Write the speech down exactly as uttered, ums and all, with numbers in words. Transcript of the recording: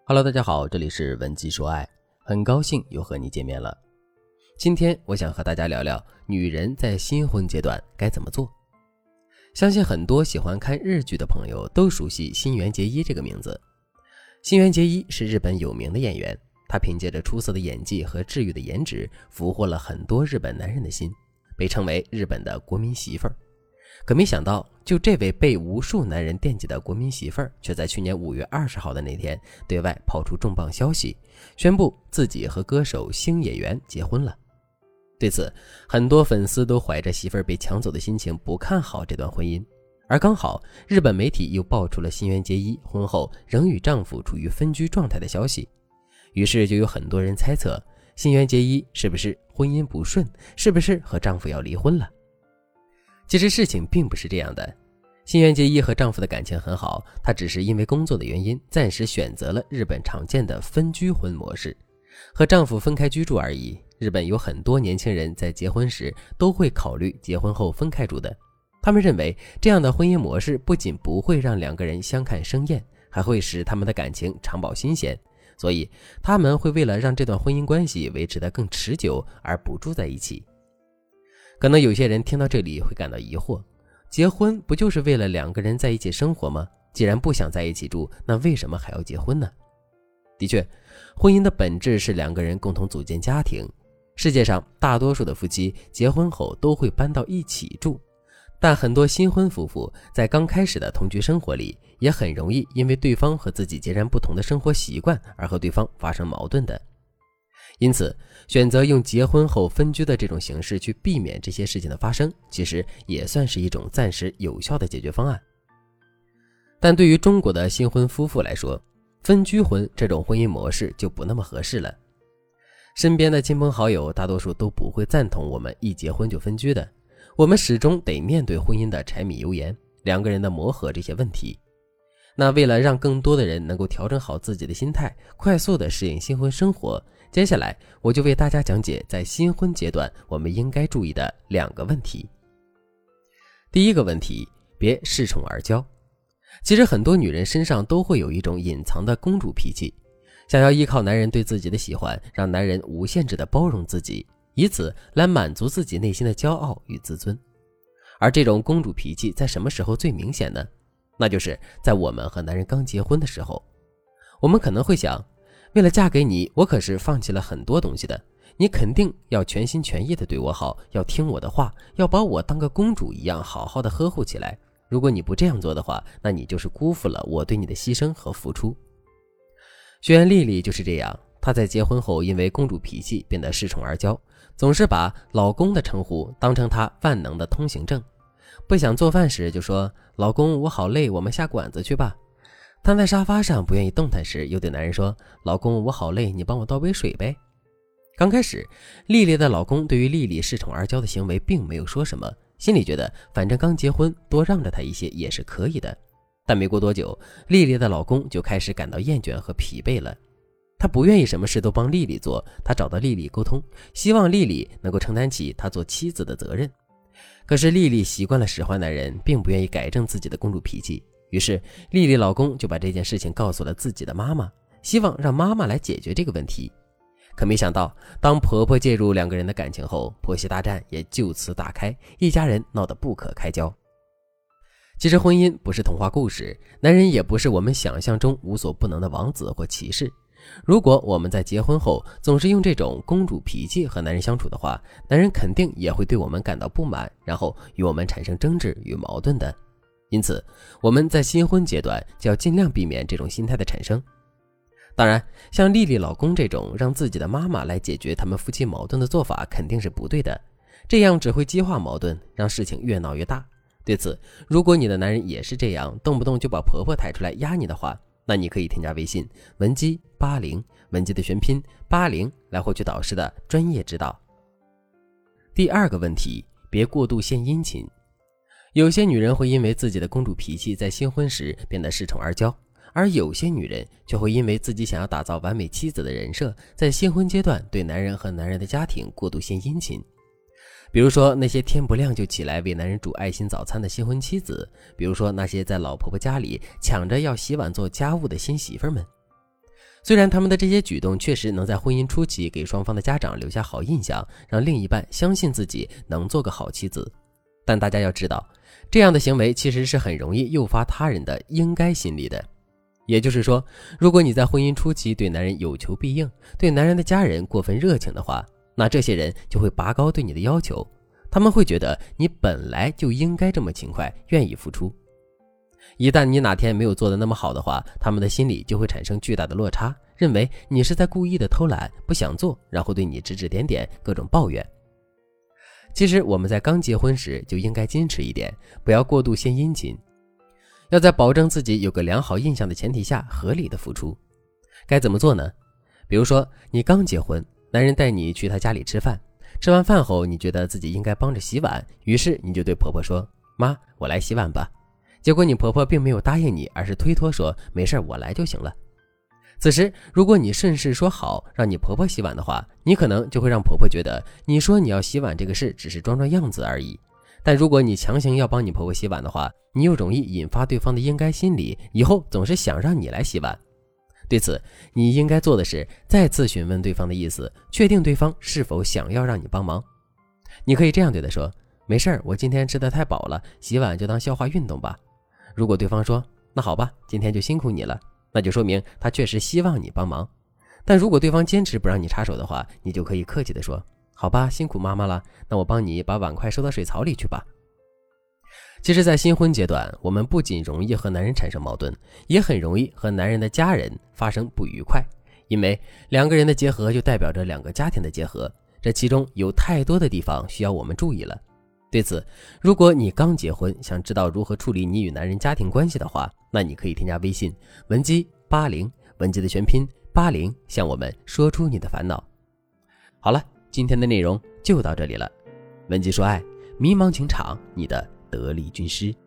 Hello， 大家好，这里是文姬说爱，很高兴又和你见面了。今天我想和大家聊聊女人在新婚阶段该怎么做。相信很多喜欢看日剧的朋友都熟悉新垣结衣这个名字。新垣结衣是日本有名的演员，她凭借着出色的演技和治愈的颜值，俘获了很多日本男人的心，被称为日本的国民媳妇儿。可没想到，就这位被无数男人惦记的国民媳妇儿，却在去年五月二十号的那天对外抛出重磅消息，宣布自己和歌手星野源结婚了。对此，很多粉丝都怀着媳妇儿被抢走的心情不看好这段婚姻，而刚好日本媒体又爆出了新垣结衣婚后仍与丈夫处于分居状态的消息，于是就有很多人猜测新垣结衣是不是婚姻不顺，是不是和丈夫要离婚了。其实事情并不是这样的，新垣结衣和丈夫的感情很好，她只是因为工作的原因暂时选择了日本常见的分居婚模式，和丈夫分开居住而已。日本有很多年轻人在结婚时都会考虑结婚后分开住的，他们认为这样的婚姻模式不仅不会让两个人相看生厌，还会使他们的感情长保新鲜，所以他们会为了让这段婚姻关系维持得更持久而不住在一起。可能有些人听到这里会感到疑惑，结婚不就是为了两个人在一起生活吗？既然不想在一起住，那为什么还要结婚呢？的确，婚姻的本质是两个人共同组建家庭。世界上大多数的夫妻结婚后都会搬到一起住，但很多新婚夫妇在刚开始的同居生活里，也很容易因为对方和自己截然不同的生活习惯而和对方发生矛盾的。因此，选择用结婚后分居的这种形式去避免这些事情的发生，其实也算是一种暂时有效的解决方案。但对于中国的新婚夫妇来说，分居婚这种婚姻模式就不那么合适了。身边的亲朋好友大多数都不会赞同我们一结婚就分居的，我们始终得面对婚姻的柴米油盐，两个人的磨合这些问题。那为了让更多的人能够调整好自己的心态，快速地适应新婚生活，接下来我就为大家讲解在新婚阶段我们应该注意的两个问题。第一个问题，别恃宠而骄。其实很多女人身上都会有一种隐藏的公主脾气，想要依靠男人对自己的喜欢，让男人无限制地包容自己，以此来满足自己内心的骄傲与自尊。而这种公主脾气在什么时候最明显呢？那就是在我们和男人刚结婚的时候。我们可能会想，为了嫁给你，我可是放弃了很多东西的，你肯定要全心全意地对我好，要听我的话，要把我当个公主一样好好的呵护起来。如果你不这样做的话，那你就是辜负了我对你的牺牲和付出。学员丽丽就是这样，她在结婚后因为公主脾气变得恃宠而骄，总是把老公的称呼当成她万能的通行证。不想做饭时就说，老公我好累，我们下馆子去吧。瘫在沙发上不愿意动弹时，又对男人说，老公我好累，你帮我倒杯水呗。刚开始丽丽的老公对于丽丽恃宠而骄的行为并没有说什么，心里觉得反正刚结婚，多让着她一些也是可以的。但没过多久，丽丽的老公就开始感到厌倦和疲惫了。他不愿意什么事都帮丽丽做，他找到丽丽沟通，希望丽丽能够承担起他做妻子的责任。可是丽丽习惯了使唤男人，并不愿意改正自己的公主脾气，于是丽丽老公就把这件事情告诉了自己的妈妈，希望让妈妈来解决这个问题。可没想到，当婆婆介入两个人的感情后，婆媳大战也就此打开，一家人闹得不可开交。其实婚姻不是童话故事，男人也不是我们想象中无所不能的王子或骑士。如果我们在结婚后总是用这种公主脾气和男人相处的话，男人肯定也会对我们感到不满，然后与我们产生争执与矛盾的。因此，我们在新婚阶段就要尽量避免这种心态的产生。当然，像丽丽老公这种让自己的妈妈来解决他们夫妻矛盾的做法肯定是不对的，这样只会激化矛盾，让事情越闹越大。对此，如果你的男人也是这样，动不动就把婆婆抬出来压你的话，那你可以添加微信文姬八零，文姬的全拼八零，来获取导师的专业指导。第二个问题，别过度献殷勤。有些女人会因为自己的公主脾气在新婚时变得恃宠而骄，而有些女人却会因为自己想要打造完美妻子的人设，在新婚阶段对男人和男人的家庭过度献殷勤。比如说那些天不亮就起来为男人煮爱心早餐的新婚妻子，比如说那些在老婆婆家里抢着要洗碗做家务的新媳妇们。 虽然他们的这些举动确实能在婚姻初期给双方的家长留下好印象，让另一半相信自己能做个好妻子，但大家要知道，这样的行为其实是很容易诱发他人的应该心理的。也就是说，如果你在婚姻初期对男人有求必应，对男人的家人过分热情的话，那这些人就会拔高对你的要求，他们会觉得你本来就应该这么勤快，愿意付出。一旦你哪天没有做得那么好的话，他们的心里就会产生巨大的落差，认为你是在故意的偷懒，不想做，然后对你指指点点，各种抱怨。其实我们在刚结婚时就应该矜持一点，不要过度献殷勤，要在保证自己有个良好印象的前提下合理的付出。该怎么做呢？比如说你刚结婚，男人带你去他家里吃饭，吃完饭后你觉得自己应该帮着洗碗，于是你就对婆婆说，妈，我来洗碗吧。结果你婆婆并没有答应你，而是推脱说没事，我来就行了。此时如果你顺势说好让你婆婆洗碗的话，你可能就会让婆婆觉得你说你要洗碗这个事只是装装样子而已。但如果你强行要帮你婆婆洗碗的话，你又容易引发对方的应该心理，以后总是想让你来洗碗。对此，你应该做的是再次询问对方的意思，确定对方是否想要让你帮忙。你可以这样对他说，没事，我今天吃得太饱了，洗碗就当消化运动吧。如果对方说，那好吧，今天就辛苦你了，那就说明他确实希望你帮忙。但如果对方坚持不让你插手的话，你就可以客气地说，好吧，辛苦妈妈了，那我帮你把碗筷收到水槽里去吧。其实在新婚阶段，我们不仅容易和男人产生矛盾，也很容易和男人的家人发生不愉快，因为两个人的结合就代表着两个家庭的结合，这其中有太多的地方需要我们注意了。对此，如果你刚结婚，想知道如何处理你与男人家庭关系的话，那你可以添加微信文姬八零，文姬的全拼八零，向我们说出你的烦恼。好了，今天的内容就到这里了。文姬说爱，迷茫情场，你的得力军师。